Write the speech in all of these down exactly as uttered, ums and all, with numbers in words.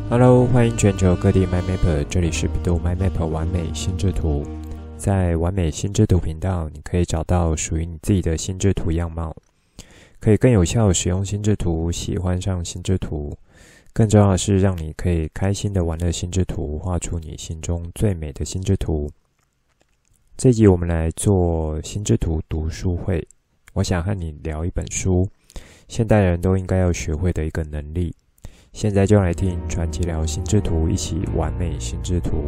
Hello， 欢迎全球各地 MyMapper， 这里是比度 MyMapper 完美心智图。在完美心智图频道，你可以找到属于你自己的心智图样貌，可以更有效使用心智图，喜欢上心智图。更重要的是，让你可以开心的玩乐心智图，画出你心中最美的心智图。这一集我们来做心智图读书会，我想和你聊一本书，现代人都应该要学会的一个能力。现在就来听传奇聊心智图，一起完美心智图。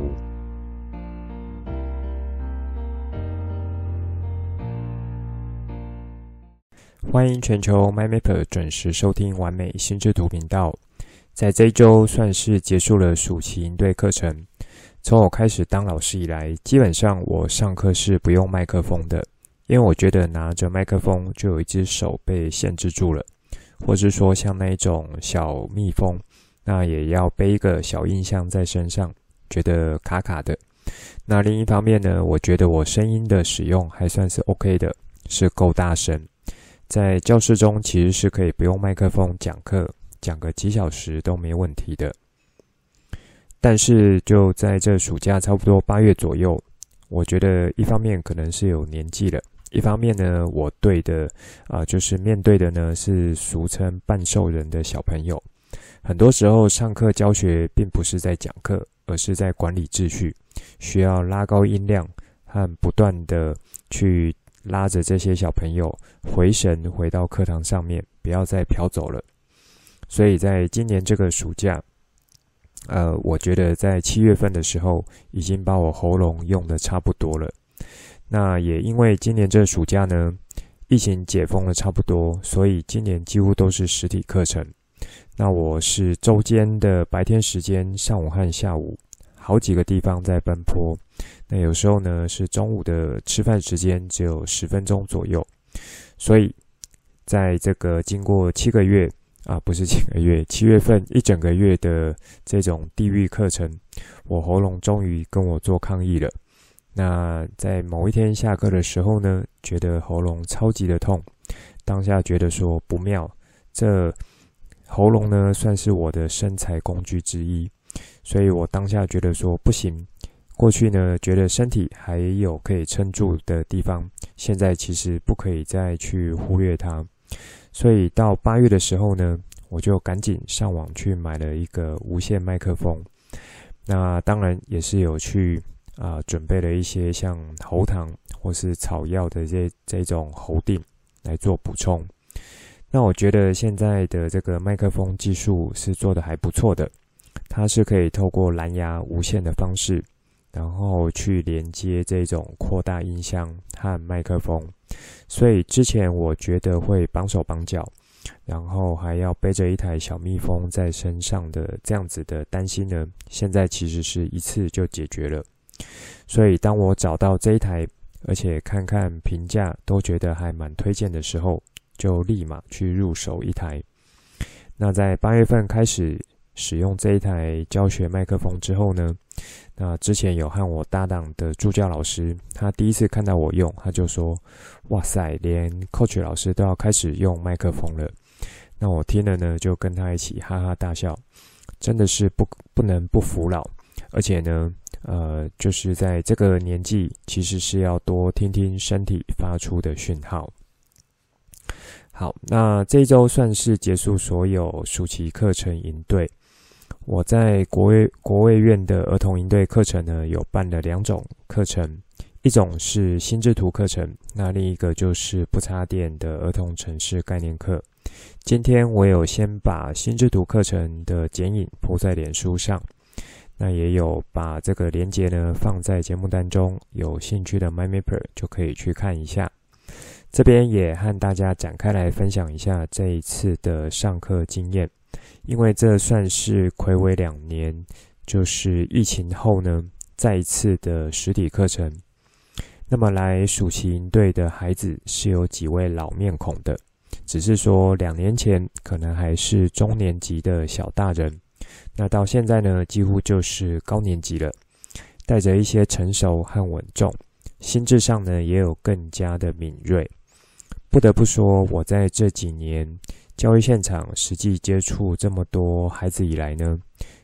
欢迎全球 MyMapper 准时收听完美心智图频道。在这一周算是结束了暑期营队课程。从我开始当老师以来，基本上我上课是不用麦克风的，因为我觉得拿着麦克风就有一只手被限制住了，或是说像那一种小蜜蜂，那也要背一个小印象在身上，觉得卡卡的。那另一方面呢，我觉得我声音的使用还算是 OK 的，是够大声。在教室中其实是可以不用麦克风讲课，讲个几小时都没问题的。但是就在这暑假差不多八月左右，我觉得一方面可能是有年纪了，一方面呢，我对的啊、呃，就是面对的呢是俗称半兽人的小朋友。很多时候上课教学并不是在讲课，而是在管理秩序，需要拉高音量和不断的去拉着这些小朋友回神回到课堂上面，不要再飘走了。所以在今年这个暑假，呃，我觉得在七月份的时候，已经把我喉咙用得差不多了。那也因为今年这暑假呢，疫情解封了差不多，所以今年几乎都是实体课程。那我是周间的白天时间，上午和下午好几个地方在奔波。那有时候呢，是中午的吃饭时间只有十分钟左右。所以在这个经过七个月啊，不是几个月，七月份一整个月的这种地狱课程，我喉咙终于跟我做抗议了。那在某一天下课的时候呢，觉得喉咙超级的痛，当下觉得说不妙，这喉咙呢算是我的生财工具之一，所以我当下觉得说不行。过去呢觉得身体还有可以撑住的地方，现在其实不可以再去忽略它。所以到八月的时候呢，我就赶紧上网去买了一个无线麦克风。那当然也是有去啊、呃、准备了一些像喉糖或是草药的这这种喉锭来做补充。那我觉得现在的这个麦克风技术是做得还不错的，它是可以透过蓝牙无线的方式，然后去连接这种扩大音箱和麦克风。所以之前我觉得会绑手绑脚，然后还要背着一台小蜜蜂在身上的这样子的担心呢，现在其实是一次就解决了。所以当我找到这一台，而且看看评价都觉得还蛮推荐的时候，就立马去入手一台。那在八月份开始使用这一台教学麦克风之后呢，那之前有和我搭档的助教老师，他第一次看到我用，他就说哇塞，连 coach 老师都要开始用麦克风了。那我听了呢，就跟他一起哈哈大笑，真的是不不能不服老。而且呢呃，就是在这个年纪，其实是要多听听身体发出的讯号。好，那这一周算是结束所有暑期课程营队。我在国卫国卫院的儿童营队课程呢，有办了两种课程，一种是心智图课程，那另一个就是不插电的儿童程式概念课。今天我有先把心智图课程的剪影 po 在脸书上，那也有把这个连结呢放在节目单中，有兴趣的 MyMapper 就可以去看一下。这边也和大家展开来分享一下这一次的上课经验，因为这算是睽违两年，就是疫情后呢再一次的实体课程。那么来暑期营队的孩子是有几位老面孔的，只是说两年前可能还是中年级的小大人，那到现在呢几乎就是高年级了，带着一些成熟和稳重，心智上呢也有更加的敏锐。不得不说，我在这几年教育现场实际接触这么多孩子以来呢，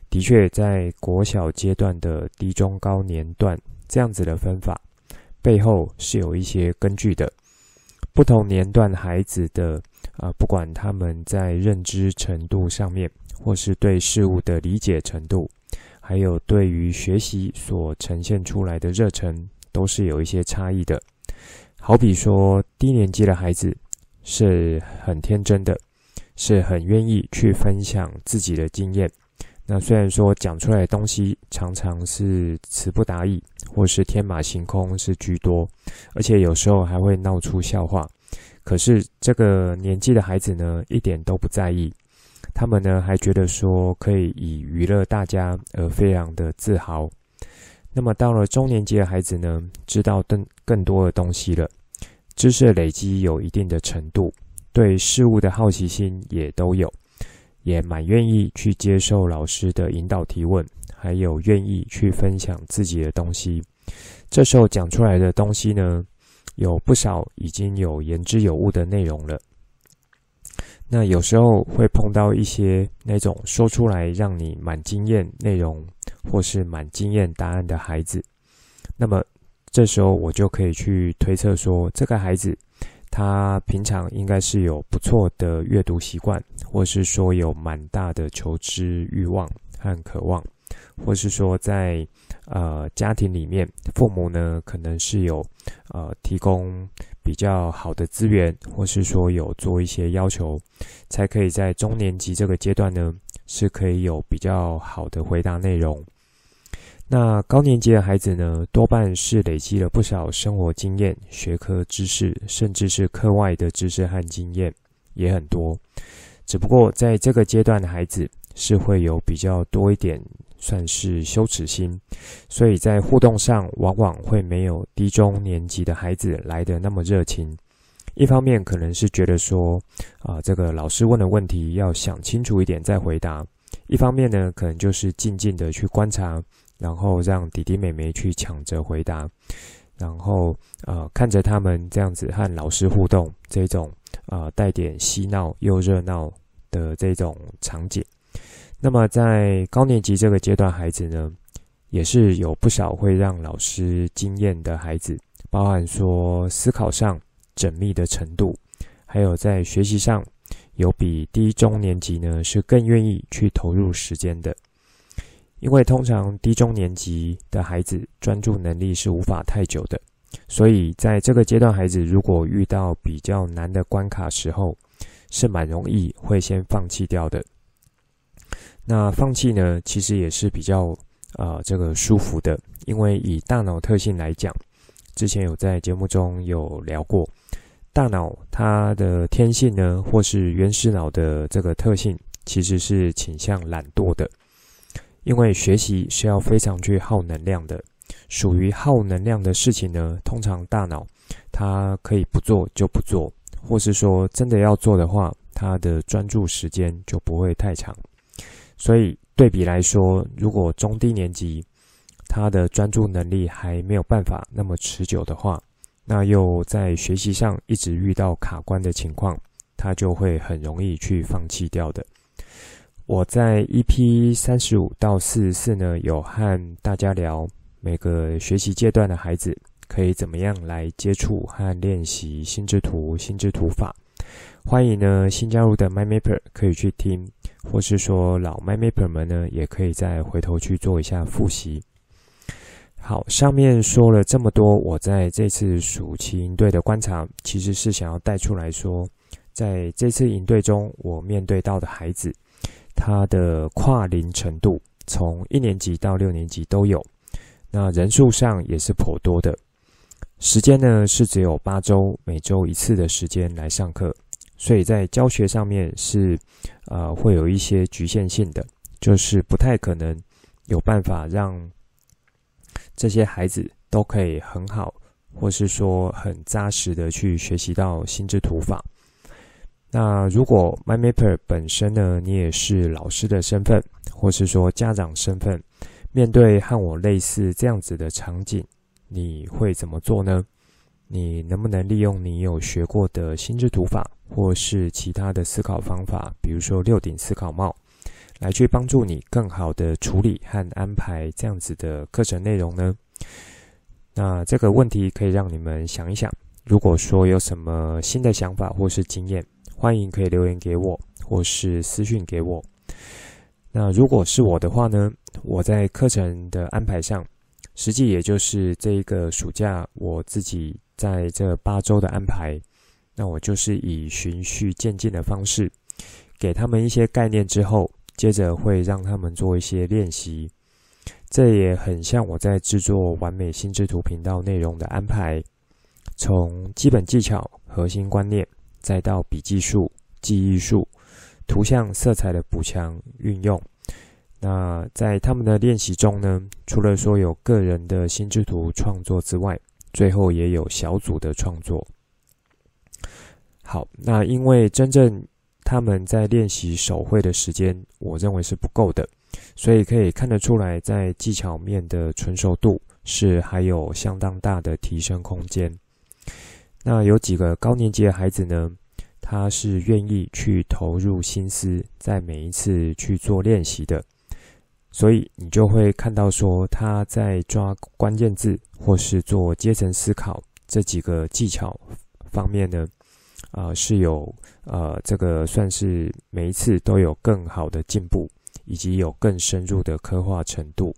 的确在国小阶段的低中高年段这样子的分法背后是有一些根据的。不同年段孩子的啊、呃，不管他们在认知程度上面，或是对事物的理解程度，还有对于学习所呈现出来的热忱，都是有一些差异的。好比说低年级的孩子是很天真的，是很愿意去分享自己的经验。那虽然说讲出来的东西常常是词不达意，或是天马行空是居多，而且有时候还会闹出笑话，可是这个年纪的孩子呢，一点都不在意。他们呢还觉得说可以以娱乐大家而非常的自豪。那么到了中年级的孩子呢，知道更更多的东西了，知识累积有一定的程度，对事物的好奇心也都有，也蛮愿意去接受老师的引导提问，还有愿意去分享自己的东西。这时候讲出来的东西呢，有不少已经有言之有物的内容了。那有时候会碰到一些那种说出来让你蛮惊艳内容或是蛮惊艳答案的孩子，那么这时候我就可以去推测说，这个孩子他平常应该是有不错的阅读习惯，或是说有蛮大的求知欲望和渴望，或是说在呃家庭里面父母呢可能是有呃提供比较好的资源，或是说有做一些要求，才可以在中年级这个阶段呢是可以有比较好的回答内容。那高年级的孩子呢，多半是累积了不少生活经验、学科知识，甚至是课外的知识和经验也很多。只不过在这个阶段的孩子是会有比较多一点算是羞耻心，所以在互动上往往会没有低中年级的孩子来得那么热情。一方面可能是觉得说啊、呃，这个老师问的问题要想清楚一点再回答，一方面呢可能就是静静的去观察，然后让弟弟妹妹去抢着回答，然后呃看着他们这样子和老师互动，这种呃带点嬉闹又热闹的这种场景。那么在高年级这个阶段孩子呢，也是有不少会让老师惊艳的孩子，包含说思考上缜密的程度，还有在学习上有比低中年级呢是更愿意去投入时间的。因为通常低中年级的孩子专注能力是无法太久的，所以在这个阶段孩子如果遇到比较难的关卡时候，是蛮容易会先放弃掉的。那放弃呢，其实也是比较呃这个舒服的，因为以大脑特性来讲，之前有在节目中有聊过，大脑它的天性呢，或是原始脑的这个特性，其实是倾向懒惰的。因为学习是要非常去耗能量的，属于耗能量的事情呢，通常大脑它可以不做就不做，或是说真的要做的话，它的专注时间就不会太长。所以对比来说，如果中低年级他的专注能力还没有办法那么持久的话，那又在学习上一直遇到卡关的情况，他就会很容易去放弃掉的。我在 E P 三十五到四十四呢，有和大家聊每个学习阶段的孩子可以怎么样来接触和练习心智图、心智图法。欢迎呢新加入的 MyMapper 可以去听，或是说老 MyMapper 们呢，也可以再回头去做一下复习。好，上面说了这么多，我在这次暑期营队的观察，其实是想要带出来说，在这次营队中，我面对到的孩子，他的跨龄程度，从一年级到六年级都有，那人数上也是颇多的。时间呢是只有八周，每周一次的时间来上课，所以在教学上面是呃会有一些局限性的，就是不太可能有办法让这些孩子都可以很好，或是说很扎实的去学习到心智图法。那如果 MyMapper 本身呢，你也是老师的身份，或是说家长身份，面对和我类似这样子的场景，你会怎么做呢？你能不能利用你有学过的心智图法，或是其他的思考方法，比如说六顶思考帽， 来去帮助你更好的处理和安排这样子的课程内容呢？那这个问题可以让你们想一想，如果说有什么新的想法或是经验，欢迎可以留言给我，或是私讯给我。那如果是我的话呢，我在课程的安排上，实际也就是这一个暑假我自己在这八周的安排，那我就是以循序渐进的方式，给他们一些概念之后，接着会让他们做一些练习。这也很像我在制作完美心智图频道内容的安排，从基本技巧、核心观念，再到笔记术、记忆术、图像色彩的补强运用。那在他们的练习中呢，除了说有个人的心智图创作之外，最后也有小组的创作。好，那因为真正他们在练习手绘的时间，我认为是不够的，所以可以看得出来，在技巧面的纯熟度是还有相当大的提升空间。那有几个高年级的孩子呢，他是愿意去投入心思，在每一次去做练习的，所以你就会看到说，他在抓关键字或是做阶层思考这几个技巧方面呢，呃，是有呃这个算是每一次都有更好的进步，以及有更深入的刻画程度。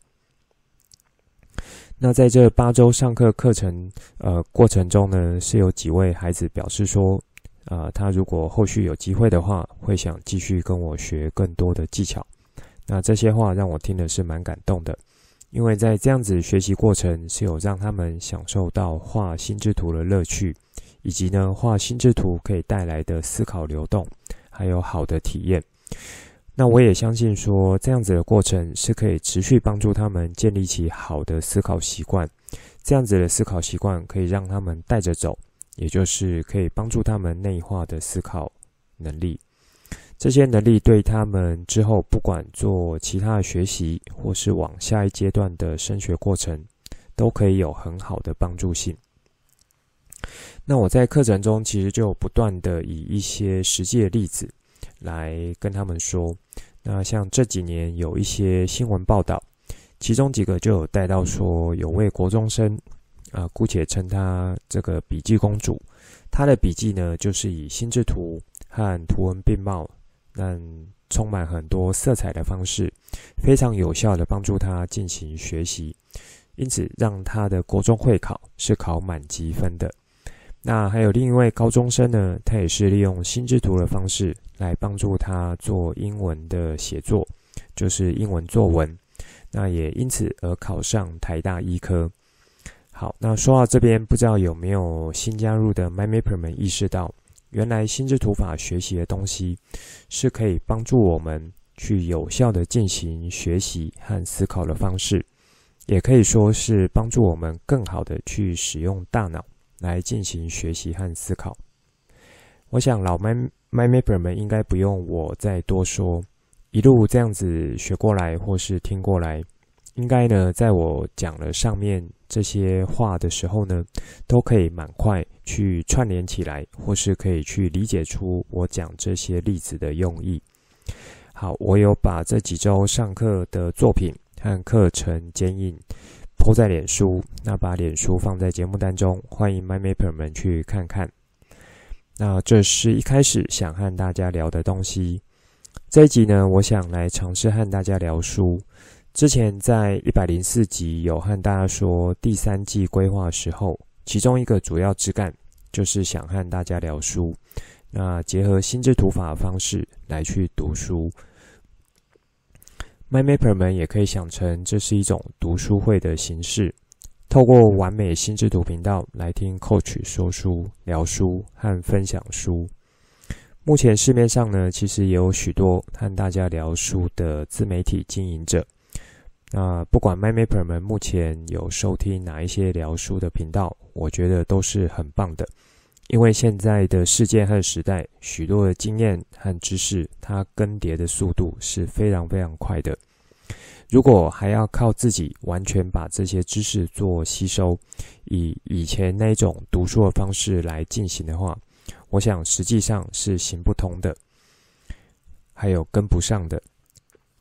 那在这八周上课课程呃过程中呢，是有几位孩子表示说，呃，他如果后续有机会的话，会想继续跟我学更多的技巧。那这些话让我听的是蛮感动的，因为在这样子学习过程是有让他们享受到画心智图的乐趣，以及呢画心智图可以带来的思考流动，还有好的体验。那我也相信说，这样子的过程是可以持续帮助他们建立起好的思考习惯，这样子的思考习惯可以让他们带着走，也就是可以帮助他们内化的思考能力。这些能力对他们之后不管做其他的学习，或是往下一阶段的升学过程，都可以有很好的帮助性。那我在课程中其实就不断的以一些实际的例子来跟他们说，那像这几年有一些新闻报道，其中几个就有带到说，有位国中生啊、呃，姑且称她这个笔记公主，她的笔记呢就是以心智图和图文并茂，但充满很多色彩的方式，非常有效的帮助她进行学习，因此让她的国中会考是考满级分的。那还有另一位高中生呢，他也是利用心智图的方式来帮助他做英文的写作，就是英文作文，那也因此而考上台大医科。好，那说到这边，不知道有没有新加入的 MyMapper 们意识到，原来心智图法学习的东西是可以帮助我们去有效的进行学习和思考的方式，也可以说是帮助我们更好的去使用大脑来进行学习和思考。我想老 MyMapper 们应该不用我再多说，一路这样子学过来或是听过来，应该呢在我讲了上面这些话的时候呢，都可以蛮快去串联起来，或是可以去理解出我讲这些例子的用意。好，我有把这几周上课的作品和课程剪影po在脸书，那把脸书放在节目单中，欢迎 MyMapper 们去看看。那这是一开始想和大家聊的东西。这一集呢，我想来尝试和大家聊书。之前在一百零四集有和大家说第三季规划的时候，其中一个主要枝干就是想和大家聊书，那结合心智图法的方式来去读书。MyMapper 们也可以想成这是一种读书会的形式，透过完美心智图频道来听 Coach 说书、聊书和分享书。目前市面上呢，其实也有许多和大家聊书的自媒体经营者。那不管 MyMapper 们目前有收听哪一些聊书的频道，我觉得都是很棒的。因为现在的世界和时代，许多的经验和知识，它更迭的速度是非常非常快的。如果还要靠自己完全把这些知识做吸收，以以前那种读书的方式来进行的话，我想实际上是行不通的，还有跟不上的。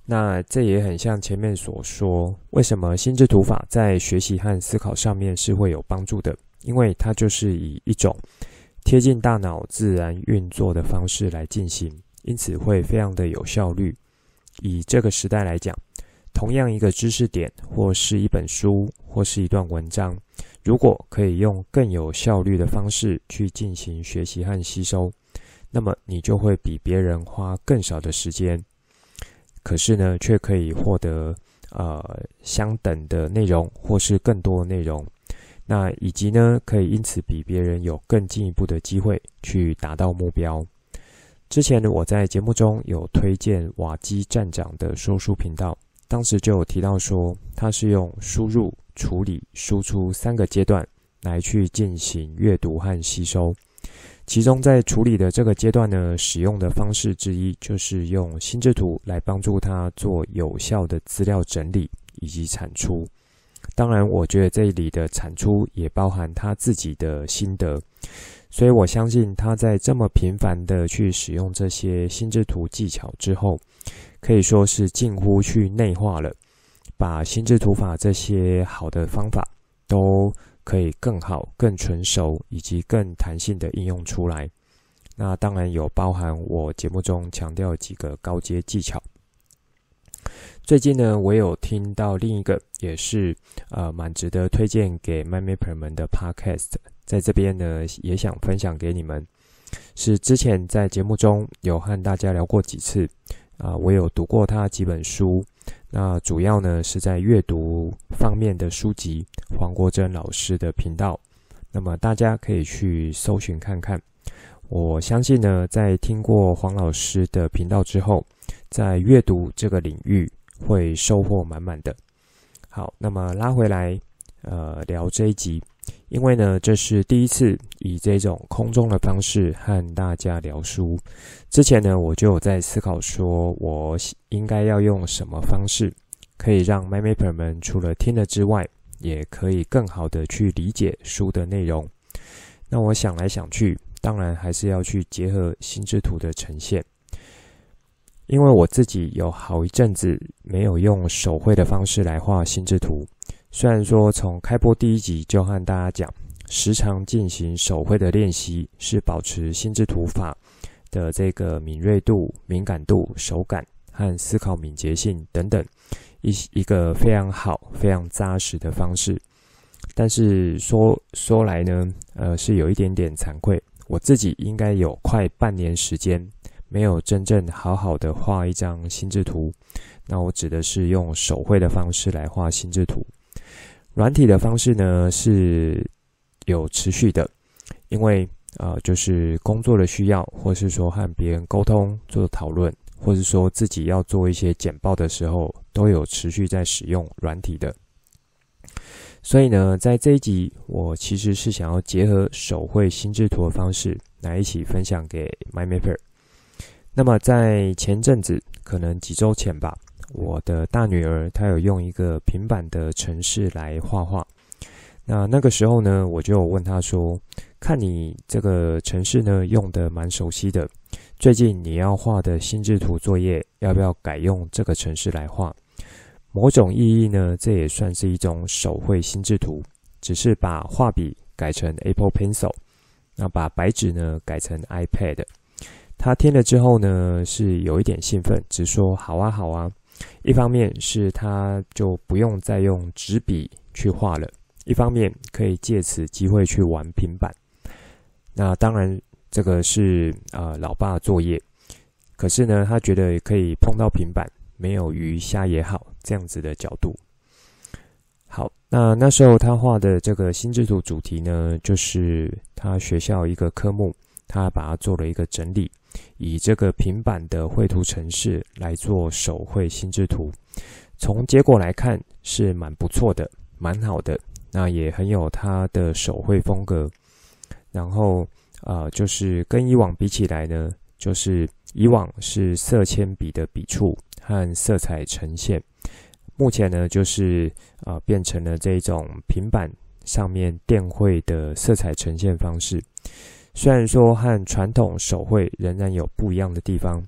那这也很像前面所说，为什么心智图法在学习和思考上面是会有帮助的？因为它就是以一种贴近大脑自然运作的方式来进行，因此会非常的有效率。以这个时代来讲，同样一个知识点，或是一本书，或是一段文章，如果可以用更有效率的方式去进行学习和吸收，那么你就会比别人花更少的时间，可是呢，却可以获得呃相等的内容，或是更多的内容。那以及呢，可以因此比别人有更进一步的机会去达到目标。之前呢，我在节目中有推荐瓦基站长的说书频道，当时就有提到说，他是用输入、处理、输出三个阶段来去进行阅读和吸收。其中在处理的这个阶段呢，使用的方式之一就是用心智图来帮助他做有效的资料整理以及产出。当然，我觉得这里的产出也包含他自己的心得，所以我相信他在这么频繁的去使用这些心智图技巧之后，可以说是近乎去内化了，把心智图法这些好的方法都可以更好、更纯熟以及更弹性的应用出来。那当然有包含我节目中强调几个高阶技巧。最近呢，我有听到另一个也是呃蛮值得推荐给 MindMapper 们的 Podcast， 在这边呢也想分享给你们，是之前在节目中有和大家聊过几次啊、呃，我有读过他几本书，那主要呢是在阅读方面的书籍，黄国珍老师的频道，那么大家可以去搜寻看看。我相信呢，在听过黄老师的频道之后，在阅读这个领域会收获满满的。好，那么拉回来呃聊这一集，因为呢这是第一次以这种空中的方式和大家聊书。之前呢我就有在思考说，我应该要用什么方式可以让 MindMapper 们除了听了之外，也可以更好的去理解书的内容。那我想来想去，当然还是要去结合心智图的呈现。因为我自己有好一阵子没有用手绘的方式来画心智图，虽然说从开播第一集就和大家讲，时常进行手绘的练习是保持心智图法的这个敏锐度、敏感度、手感和思考敏捷性等等一一个非常好、非常扎实的方式。但是说说来呢，呃，是有一点点惭愧，我自己应该有快半年时间没有真正好好的画一张心智图。那我指的是用手绘的方式来画心智图。软体的方式呢是有持续的，因为呃就是工作的需要，或是说和别人沟通做讨论，或是说自己要做一些简报的时候，都有持续在使用软体的。所以呢，在这一集我其实是想要结合手绘心智图的方式来一起分享给 MindMapper。那么在前阵子，可能几周前吧，我的大女儿她有用一个平板的程式来画画。那那个时候呢，我就问她说，看你这个程式呢用的蛮熟悉的，最近你要画的心智图作业要不要改用这个程式来画？某种意义呢，这也算是一种手绘心智图，只是把画笔改成 Apple Pencil， 那把白纸呢改成 iPad。他听了之后呢，是有一点兴奋，只说好啊好啊。一方面是他就不用再用纸笔去画了，一方面可以借此机会去玩平板。那当然这个是呃老爸作业，可是呢他觉得可以碰到平板，没有鱼虾也好，这样子的角度。好，那那时候他画的这个心智图主题呢，就是他学校一个科目，他把它做了一个整理，以这个平板的绘图程式来做手绘心智图。从结果来看是蛮不错的，蛮好的，那也很有他的手绘风格。然后呃，就是跟以往比起来呢，就是以往是色铅笔的笔触和色彩呈现，目前呢就是呃变成了这种平板上面电绘的色彩呈现方式。虽然说和传统手绘仍然有不一样的地方，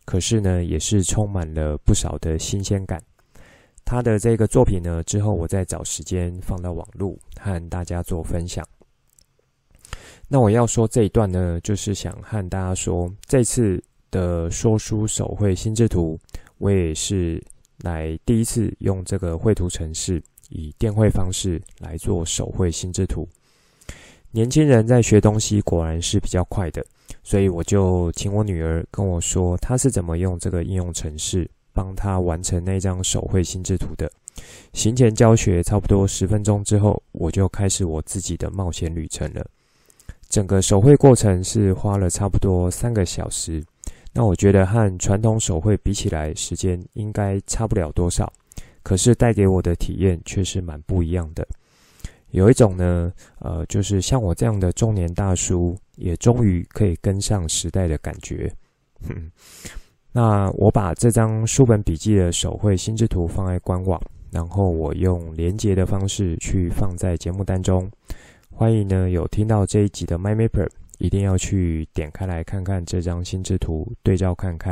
可是呢，也是充满了不少的新鲜感。他的这个作品呢，之后我再找时间放到网络和大家做分享。那我要说这一段呢，就是想和大家说，这次的说书手绘心智图，我也是来第一次用这个绘图程式，以电绘方式来做手绘心智图。年轻人在学东西果然是比较快的，所以我就请我女儿跟我说，她是怎么用这个应用程式帮她完成那张手绘心智图的。行前教学差不多十分钟之后，我就开始我自己的冒险旅程了。整个手绘过程是花了差不多三个小时，那我觉得和传统手绘比起来，时间应该差不了多少，可是带给我的体验却是蛮不一样的。有一种呢，呃，就是像我这样的中年大叔，也终于可以跟上时代的感觉。那我把这张书本笔记的手绘心智图放在官网，然后我用连结的方式去放在节目单中。欢迎呢有听到这一集的 MyMapper， 一定要去点开来看看这张心智图，对照看看。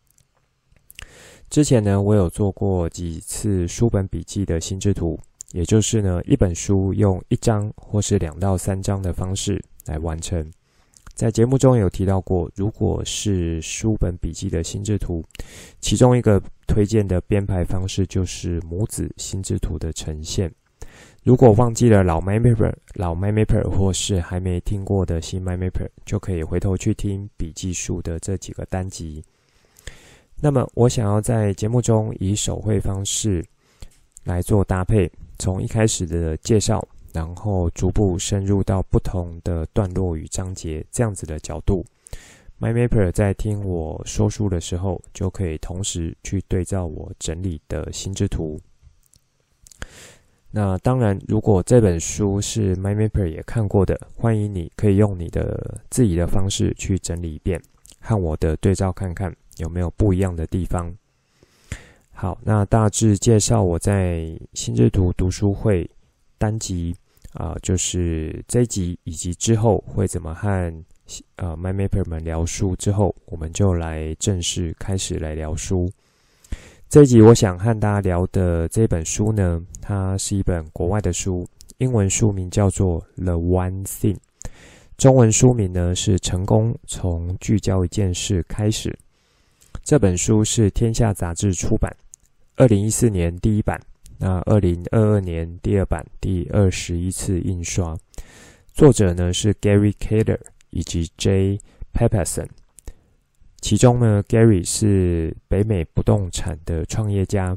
之前呢，我有做过几次书本笔记的心智图，也就是呢，一本书用一张或是两到三张的方式来完成。在节目中有提到过，如果是书本笔记的心智图，其中一个推荐的编排方式就是母子心智图的呈现。如果忘记了老 MyMapper、老 MyMapper 或是还没听过的新 MyMapper， 就可以回头去听笔记术的这几个单集。那么我想要在节目中以手绘方式来做搭配，从一开始的介绍，然后逐步深入到不同的段落与章节，这样子的角度， MyMapper 在听我说书的时候，就可以同时去对照我整理的心智图。那当然，如果这本书是 MyMapper 也看过的，欢迎你可以用你的自己的方式去整理一遍，和我的对照看看有没有不一样的地方。好，那大致介绍我在心智图读书会单集啊、呃，就是这一集以及之后会怎么和呃 MyMapper 们聊书之后，我们就来正式开始来聊书。这一集我想和大家聊的这本书呢，它是一本国外的书，英文书名叫做 The One Thing， 中文书名呢是成功从聚焦一件事开始。这本书是天下杂志出版，二零一四年第一版，那二零二二年第二版第二十一次印刷。作者呢是 Gary Keller 以及 Jay Papasan。其中呢 Gary 是北美不动产的创业家，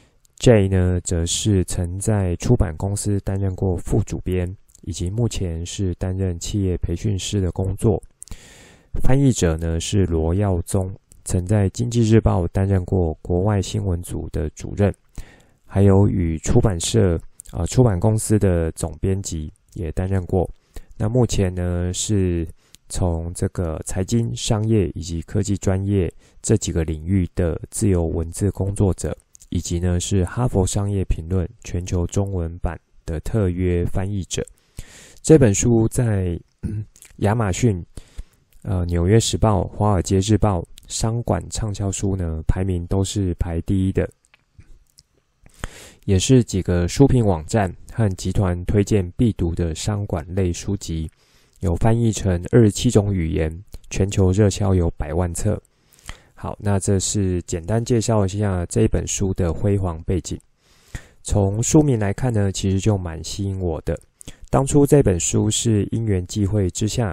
Jay 呢则是曾在出版公司担任过副主编，以及目前是担任企业培训师的工作。翻译者呢是罗耀宗，曾在经济日报担任过国外新闻组的主任，还有与出版社、呃、出版公司的总编辑也担任过。那目前呢是从这个财经、商业以及科技专业这几个领域的自由文字工作者，以及呢是哈佛商业评论全球中文版的特约翻译者。这本书在、嗯、亚马逊、呃纽约时报、华尔街日报商管畅销书呢排名都是排第一的，也是几个书评网站和集团推荐必读的商管类书籍。有翻译成二十七种语言，全球热销有百万册。好，那这是简单介绍一下这一本书的辉煌背景。从书名来看呢，其实就蛮吸引我的。当初这本书是因缘际会之下，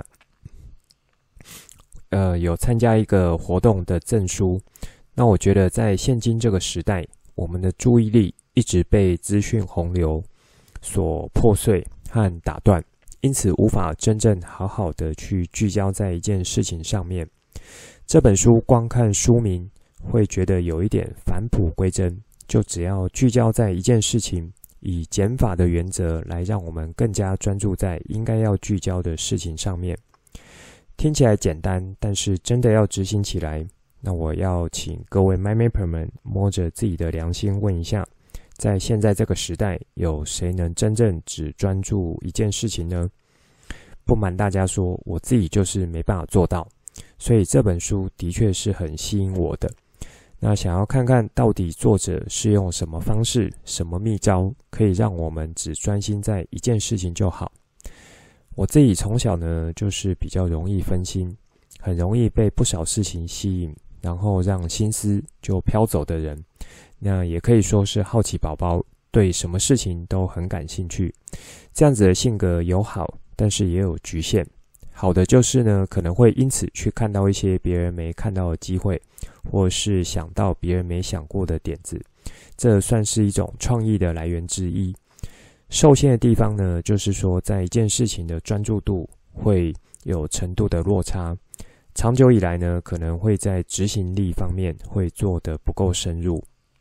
呃，有参加一个活动的赠书。那我觉得在现今这个时代，我们的注意力一直被资讯洪流所破碎和打断。因此无法真正好好的去聚焦在一件事情上面。这本书光看书名会觉得有一点返璞归真，就只要聚焦在一件事情，以减法的原则来让我们更加专注在应该要聚焦的事情上面。听起来简单，但是真的要执行起来，那我要请各位 MyMapper 们摸着自己的良心问一下，在现在这个时代，有谁能真正只专注一件事情呢？不瞒大家说，我自己就是没办法做到。 所以这本书的确是很吸引我的。那想要看看到底作者是用什么方式、什么秘招，可以让我们只专心在一件事情就好。我自己从小呢，就是比较容易分心，很容易被不少事情吸引，然后让心思就飘走的人。那也可以说是好奇宝宝，对什么事情都很感兴趣。这样子的性格有好，但是也有局限。好的就是呢，可能会因此去看到一些别人没看到的机会，或是想到别人没想过的点子，这算是一种创意的来源之一。受限的地方呢，就是说在一件事情的专注度会有程度的落差，长久以来呢，可能会在执行力方面会做得不够深入。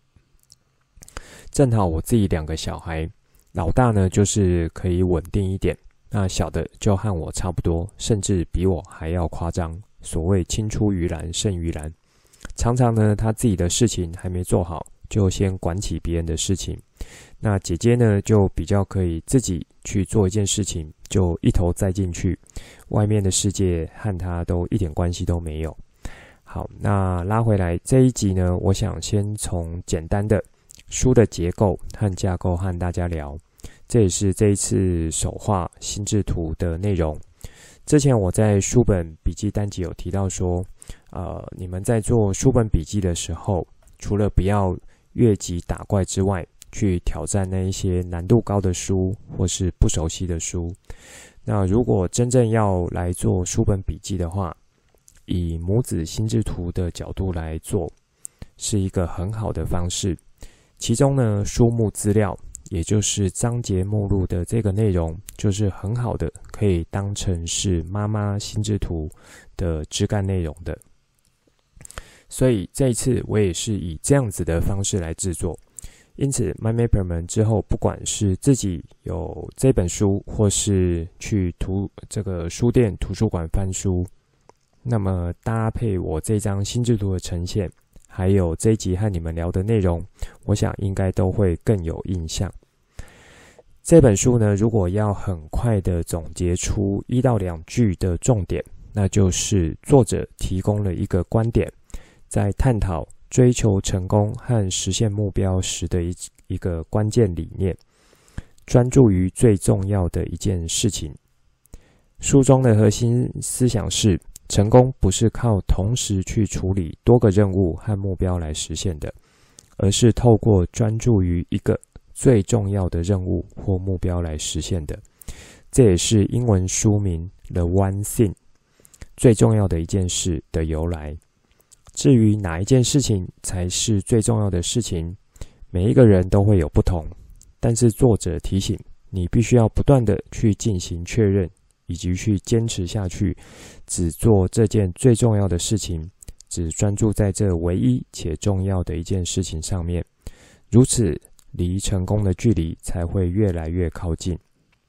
正好我自己两个小孩，老大呢就是可以稳定一点，那小的就和我差不多，甚至比我还要夸张，所谓青出于蓝胜于蓝。常常呢，他自己的事情还没做好，就先管起别人的事情。那姐姐呢，就比较可以自己去做一件事情，就一头栽进去，外面的世界和他都一点关系都没有。好，那拉回来这一集呢，我想先从简单的书的结构和架构和大家聊，这也是这一次手画心智图的内容。之前我在书本笔记单集有提到说，呃，你们在做书本笔记的时候，除了不要越级打怪之外，去挑战那一些难度高的书或是不熟悉的书。那如果真正要来做书本笔记的话，以母子心智图的角度来做，是一个很好的方式。其中呢，书目资料，也就是章节目录的这个内容，就是很好的可以当成是妈妈心智图的枝干内容的。所以这一次我也是以这样子的方式来制作。因此 MyMapper 们之后不管是自己有这本书，或是去图这个书店图书馆翻书，那么搭配我这张心智图的呈现，还有这一集和你们聊的内容，我想应该都会更有印象。这本书呢，如果要很快的总结出一到两句的重点，那就是作者提供了一个观点，在探讨追求成功和实现目标时的一一个关键理念，专注于最重要的一件事情。书中的核心思想是，成功不是靠同时去处理多个任务和目标来实现的，而是透过专注于一个最重要的任务或目标来实现的。这也是英文书名 The One Thing 最重要的一件事的由来。至于哪一件事情才是最重要的事情，每一个人都会有不同，但是作者提醒你必须要不断的去进行确认，以及去坚持下去，只做这件最重要的事情，只专注在这唯一且重要的一件事情上面，如此离成功的距离才会越来越靠近。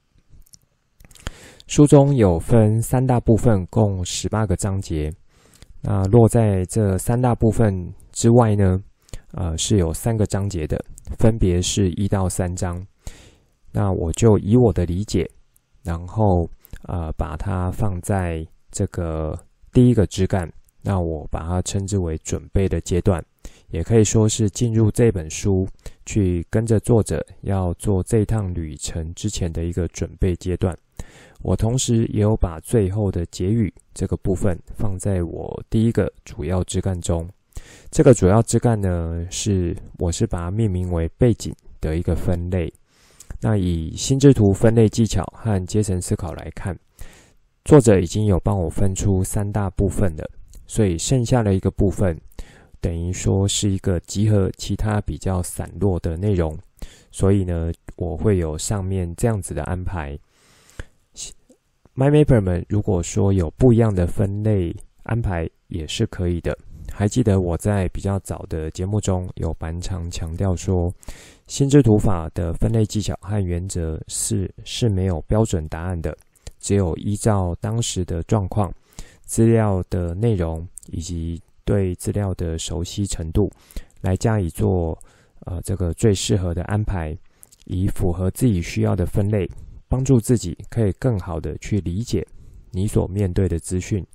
书中有分三大部分，共十八个章节。那落在这三大部分之外呢，呃，是有三个章节的，分别是一到三章。那我就以我的理解，然后呃把它放在这个第一个枝干，那我把它称之为准备的阶段，也可以说是进入这本书去跟着作者要做这趟旅程之前的一个准备阶段。我同时也有把最后的结语这个部分放在我第一个主要枝干中。这个主要枝干呢，是我是把它命名为背景的一个分类。那以心智图分类技巧和阶层思考来看，作者已经有帮我分出三大部分了，所以剩下的一个部分等于说是一个集合其他比较散落的内容，所以呢，我会有上面这样子的安排。MyMapper 们如果说有不一样的分类安排也是可以的。还记得我在比较早的节目中有蛮常强调说，心智图法的分类技巧和原则是是没有标准答案的，只有依照当时的状况、资料的内容以及对资料的熟悉程度来加以做呃这个最适合的安排，以符合自己需要的分类，帮助自己可以更好的去理解你所面对的资讯，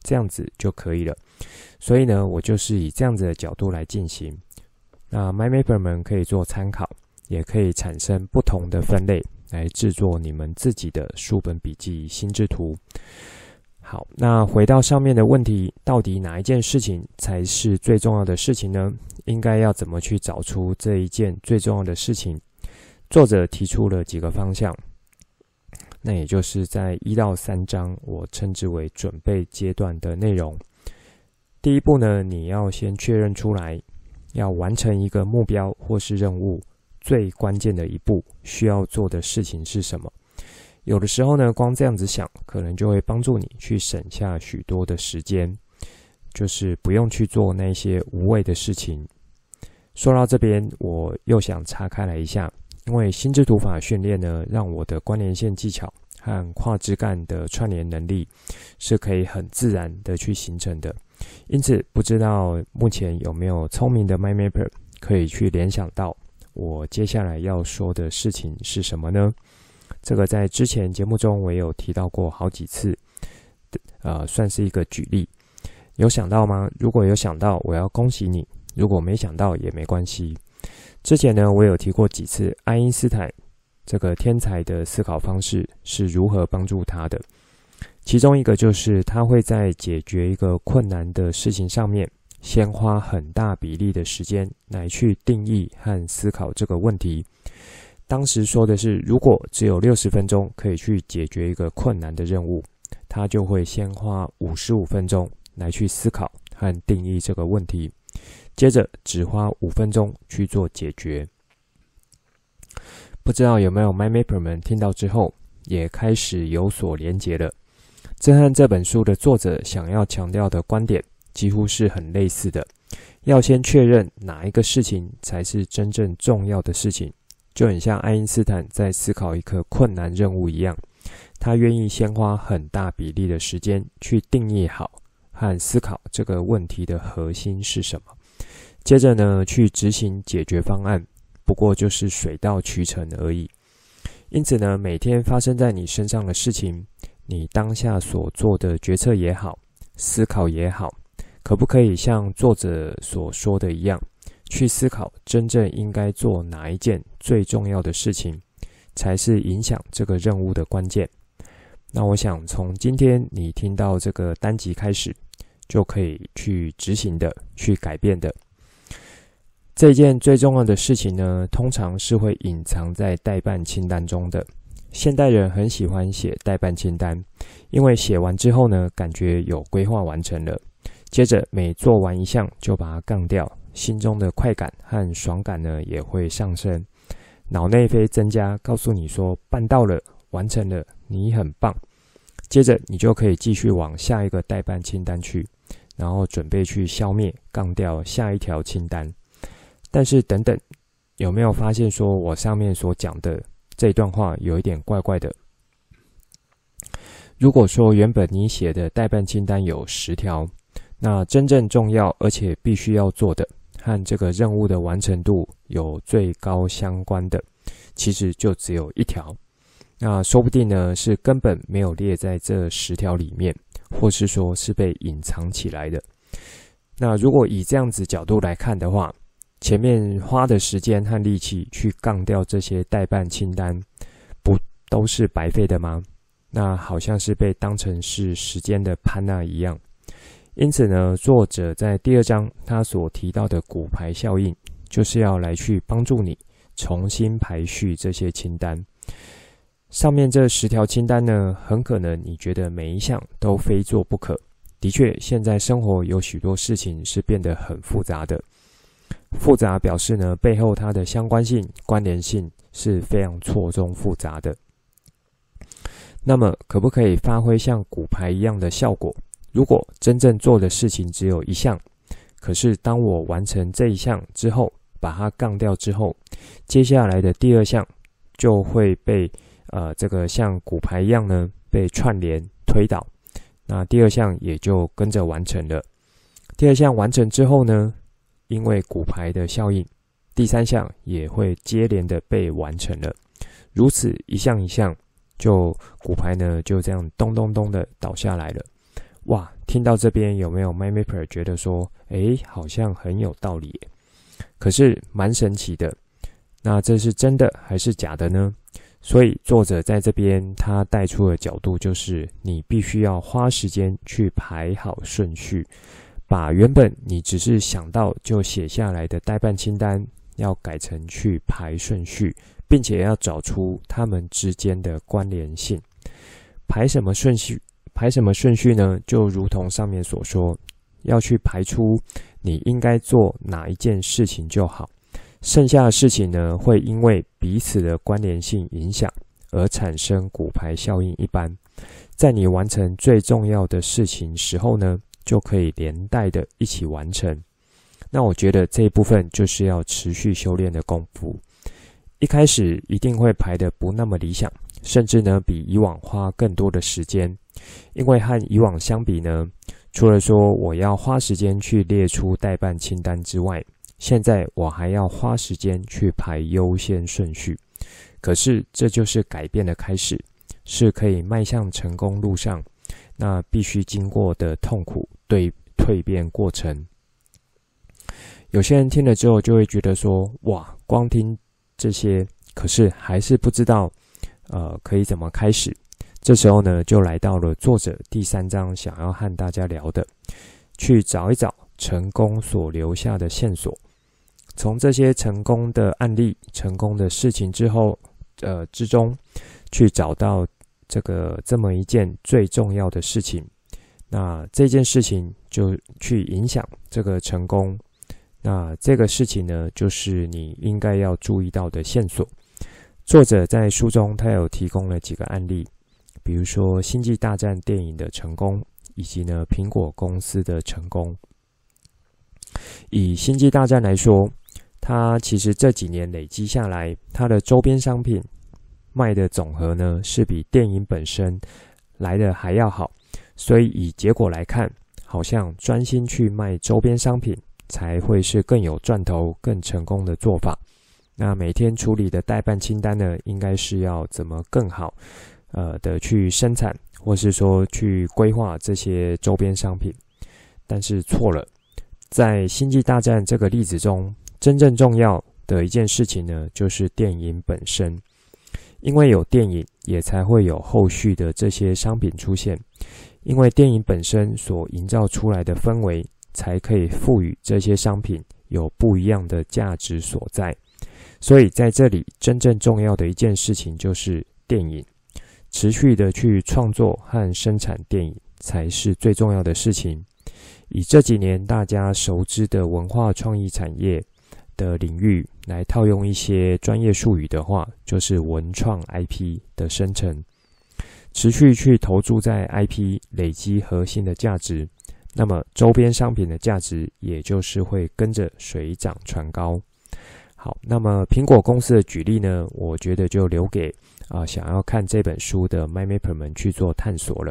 这样子就可以了。所以呢，我就是以这样子的角度来进行。那 MyMapper 们可以做参考，也可以产生不同的分类来制作你们自己的书本笔记心智图。好，那回到上面的问题，到底哪一件事情才是最重要的事情呢？应该要怎么去找出这一件最重要的事情？作者提出了几个方向，那也就是在一到三章我称之为准备阶段的内容。第一步呢，你要先确认出来，要完成一个目标或是任务，最关键的一步需要做的事情是什么？有的时候呢，光这样子想，可能就会帮助你去省下许多的时间，就是不用去做那些无谓的事情。说到这边，我又想岔开来一下，因为心智图法训练呢，让我的关联线技巧和跨枝干的串联能力是可以很自然的去形成的。因此，不知道目前有没有聪明的 MyMapper 可以去联想到我接下来要说的事情是什么呢？这个在之前节目中我也有提到过好几次，呃，算是一个举例。有想到吗？如果有想到，我要恭喜你；如果没想到也没关系。之前呢，我有提过几次爱因斯坦这个天才的思考方式是如何帮助他的。其中一个就是他会在解决一个困难的事情上面，先花很大比例的时间来去定义和思考这个问题。当时说的是，如果只有六十分钟可以去解决一个困难的任务，他就会先花五十五分钟来去思考和定义这个问题，接着只花五分钟去做解决。不知道有没有 MyMapper 们听到之后也开始有所连结了？这和这本书的作者想要强调的观点几乎是很类似的，要先确认哪一个事情才是真正重要的事情，就很像爱因斯坦在思考一个困难任务一样，他愿意先花很大比例的时间去定义好和思考这个问题的核心是什么，接着呢去执行解决方案，不过就是水到渠成而已。因此呢，每天发生在你身上的事情，你当下所做的决策也好，思考也好，可不可以像作者所说的一样，去思考真正应该做哪一件最重要的事情，才是影响这个任务的关键。那我想从今天你听到这个单集开始，就可以去执行的，去改变的。这件最重要的事情呢，通常是会隐藏在待办清单中的。现代人很喜欢写待办清单，因为写完之后呢，感觉有规划完成了，接着每做完一项就把它杠掉，心中的快感和爽感呢也会上升，脑内啡增加，告诉你说办到了，完成了，你很棒。接着你就可以继续往下一个待办清单去，然后准备去消灭杠掉下一条清单。但是等等，有没有发现说我上面所讲的这段话有一点怪怪的？如果说原本你写的待办清单有十条，那真正重要而且必须要做的，和这个任务的完成度有最高相关的，其实就只有一条。那说不定呢是根本没有列在这十条里面，或是说是被隐藏起来的。那如果以这样子角度来看的话，前面花的时间和力气去杠掉这些待办清单，不都是白费的吗？那好像是被当成是时间的潘娜一样。因此呢，作者在第二章他所提到的骨牌效应，就是要来去帮助你重新排序这些清单。上面这十条清单呢，很可能你觉得每一项都非做不可。的确，现在生活有许多事情是变得很复杂的。复杂表示呢，背后它的相关性、关联性是非常错综复杂的。那么，可不可以发挥像骨牌一样的效果？如果真正做的事情只有一项，可是当我完成这一项之后，把它杠掉之后，接下来的第二项就会被呃这个像骨牌一样呢被串联推导，那第二项也就跟着完成了。第二项完成之后呢，因为骨牌的效应，第三项也会接连的被完成了，如此一项一项，就骨牌呢就这样咚咚咚的倒下来了。哇， 听到这边有没有 MindMapper 觉得说，诶，好像很有道理耶，可是蛮神奇的。那这是真的还是假的呢？所以作者在这边他带出的角度就是，你必须要花时间去排好顺序，把原本你只是想到就写下来的待办清单，要改成去排顺序，并且要找出它们之间的关联性。排什么顺序？排什么顺序呢？就如同上面所说，要去排出你应该做哪一件事情就好。剩下的事情呢，会因为彼此的关联性影响而产生骨牌效应一般，在你完成最重要的事情时候呢，就可以连带的一起完成。那我觉得这一部分就是要持续修炼的功夫。一开始一定会排得不那么理想，甚至呢比以往花更多的时间，因为和以往相比呢，除了说我要花时间去列出待办清单之外，现在我还要花时间去排优先顺序。可是这就是改变的开始，是可以迈向成功路上那必须经过的痛苦对蜕变过程。有些人听了之后就会觉得说，哇，光听这些，可是还是不知道呃可以怎么开始。这时候呢，就来到了作者第三章想要和大家聊的，去找一找成功所留下的线索。从这些成功的案例、成功的事情之后，呃之中，去找到这个这么一件最重要的事情。那这件事情就去影响这个成功。那这个事情呢，就是你应该要注意到的线索。作者在书中他有提供了几个案例，比如说《星际大战》电影的成功，以及呢苹果公司的成功。以《星际大战》来说，它其实这几年累积下来，它的周边商品卖的总和呢，是比电影本身来的还要好。所以以结果来看，好像专心去卖周边商品才会是更有赚头、更成功的做法。那每天处理的待办清单呢，应该是要怎么更好呃的去生产，或是说去规划这些周边商品。但是错了，在星际大战这个例子中，真正重要的一件事情呢，就是电影本身。因为有电影，也才会有后续的这些商品出现。因为电影本身所营造出来的氛围，才可以赋予这些商品有不一样的价值所在。所以在这里，真正重要的一件事情就是电影。持续的去创作和生产电影，才是最重要的事情。以这几年大家熟知的文化创意产业的领域来套用一些专业术语的话，就是文创 I P 的生成。持续去投注在 I P 累积核心的价值，那么周边商品的价值也就是会跟着水涨船高。好，那么苹果公司的举例呢，我觉得就留给啊、呃、想要看这本书的 MindMapper 们去做探索了。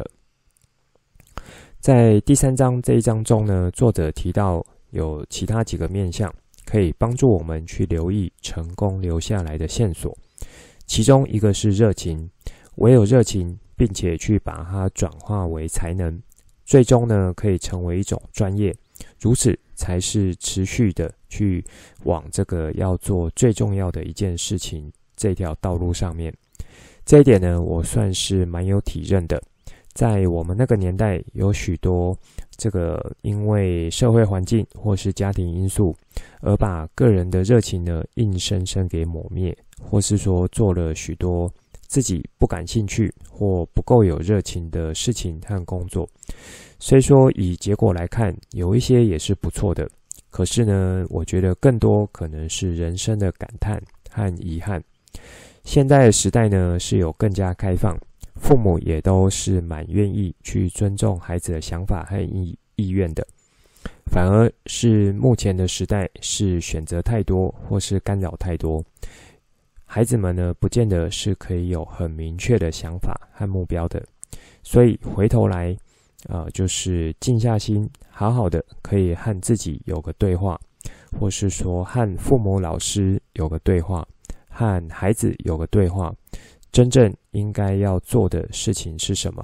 在第三章这一章中呢，作者提到有其他几个面向可以帮助我们去留意成功留下来的线索。其中一个是热情，唯有热情并且去把它转化为才能，最终呢可以成为一种专业，如此才是持续的去往这个要做最重要的一件事情这条道路上面。这一点呢，我算是蛮有体认的。在我们那个年代，有许多这个因为社会环境或是家庭因素，而把个人的热情呢硬生生给抹灭，或是说做了许多自己不感兴趣或不够有热情的事情和工作。虽说以结果来看，有一些也是不错的，可是呢，我觉得更多可能是人生的感叹和遗憾。现在的时代呢，是有更加开放，父母也都是蛮愿意去尊重孩子的想法和意意愿的，反而是目前的时代是选择太多或是干扰太多，孩子们呢不见得是可以有很明确的想法和目标的。所以回头来呃，就是静下心，好好的可以和自己有个对话，或是说和父母老师有个对话，和孩子有个对话，真正应该要做的事情是什么？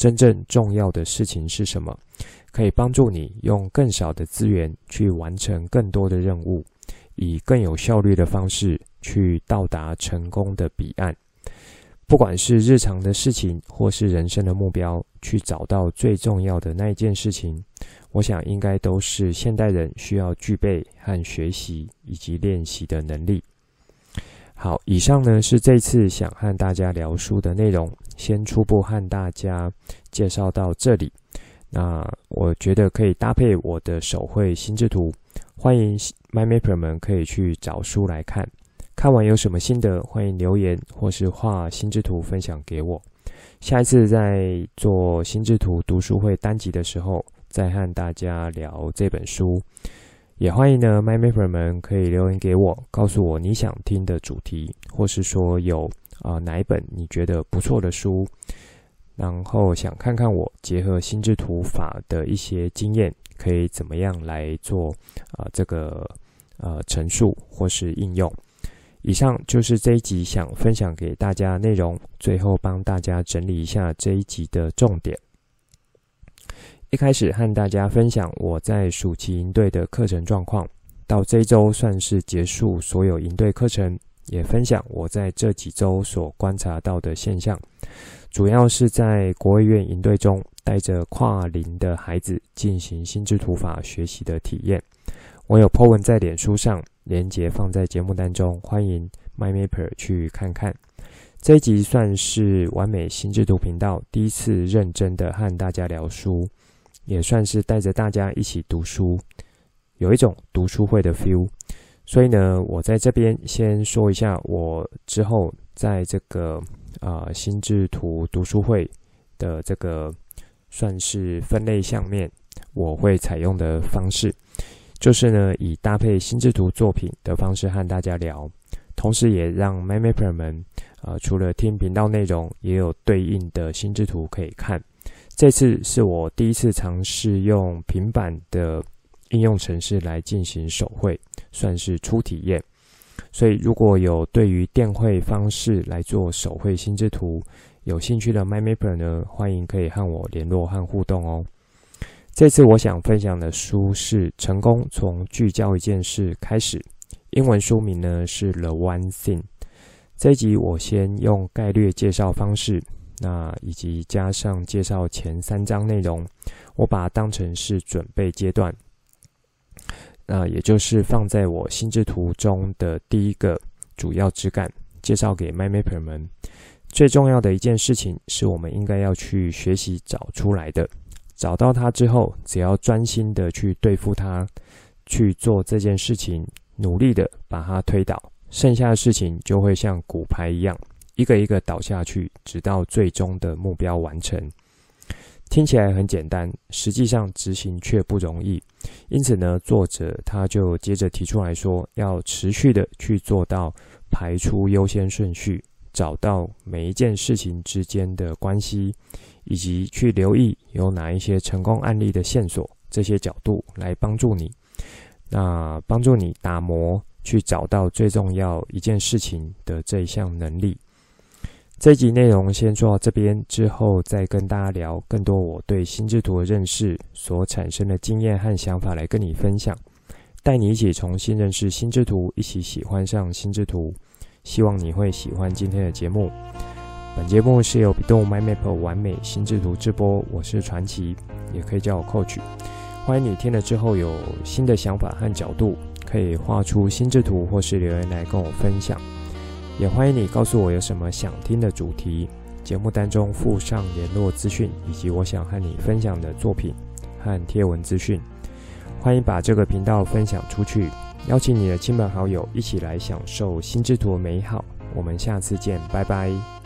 真正重要的事情是什么，可以帮助你用更少的资源去完成更多的任务，以更有效率的方式去到达成功的彼岸。不管是日常的事情或是人生的目标，去找到最重要的那一件事情，我想应该都是现代人需要具备和学习以及练习的能力。好，以上呢是这次想和大家聊书的内容，先初步和大家介绍到这里。那我觉得可以搭配我的手绘心智图，欢迎 MyMapper 们可以去找书来看。看完有什么心得，欢迎留言或是画心智图分享给我。下一次在做心智图读书会单集的时候，再和大家聊这本书。也欢迎呢 MyMapper 们可以留言给我，告诉我你想听的主题，或是说有、呃、哪一本你觉得不错的书，然后想看看我结合心智图法的一些经验，可以怎么样来做、呃、这个呃陈述或是应用。以上就是这一集想分享给大家的内容，最后帮大家整理一下这一集的重点。一开始和大家分享我在暑期营队的课程状况，到这一周算是结束所有营队课程，也分享我在这几周所观察到的现象，主要是在国卫院营队中带着跨龄的孩子进行心智图法学习的体验。我有 po 文在脸书上，连结放在节目单中，欢迎 MyMapper 去看看。这一集算是完美心智图频道第一次认真的和大家聊书，也算是带着大家一起读书，有一种读书会的 feel。 所以呢，我在这边先说一下我之后在这个呃心智图读书会的这个算是分类项面我会采用的方式，就是呢以搭配心智图作品的方式和大家聊，同时也让 MyMapper 们呃除了听频道内容，也有对应的心智图可以看。这次是我第一次尝试用平板的应用程式来进行手绘，算是初体验。所以如果有对于电绘方式来做手绘心智图有兴趣的 MyMapper 呢，欢迎可以和我联络和互动哦。这次我想分享的书是《成功从聚焦一件事开始》，英文书名呢是 The One Thing。 这一集我先用概略介绍方式，那以及加上介绍前三章内容，我把它当成是准备阶段，那也就是放在我心智图中的第一个主要枝干，介绍给 MyMapper 们。最重要的一件事情是我们应该要去学习找出来的，找到它之后，只要专心的去对付它，去做这件事情，努力的把它推倒，剩下的事情就会像骨牌一样，一个一个倒下去，直到最终的目标完成。听起来很简单，实际上执行却不容易。因此呢，作者他就接着提出来说，要持续的去做到排出优先顺序，找到每一件事情之间的关系，以及去留意有哪一些成功案例的线索，这些角度来帮助你，那帮助你打磨，去找到最重要一件事情的这一项能力。这一集内容先说到这边，之后再跟大家聊更多我对心智图的认识所产生的经验和想法来跟你分享，带你一起重新认识心智图，一起喜欢上心智图。希望你会喜欢今天的节目。本节目是由 Bidoo MyMapper 完美心智图直播，我是传奇，也可以叫我 Coach。欢迎你听了之后有新的想法和角度，可以画出心智图或是留言来跟我分享。也欢迎你告诉我有什么想听的主题，节目单中附上联络资讯，以及我想和你分享的作品和贴文资讯。欢迎把这个频道分享出去，邀请你的亲朋好友一起来享受心智图的美好。我们下次见，拜拜。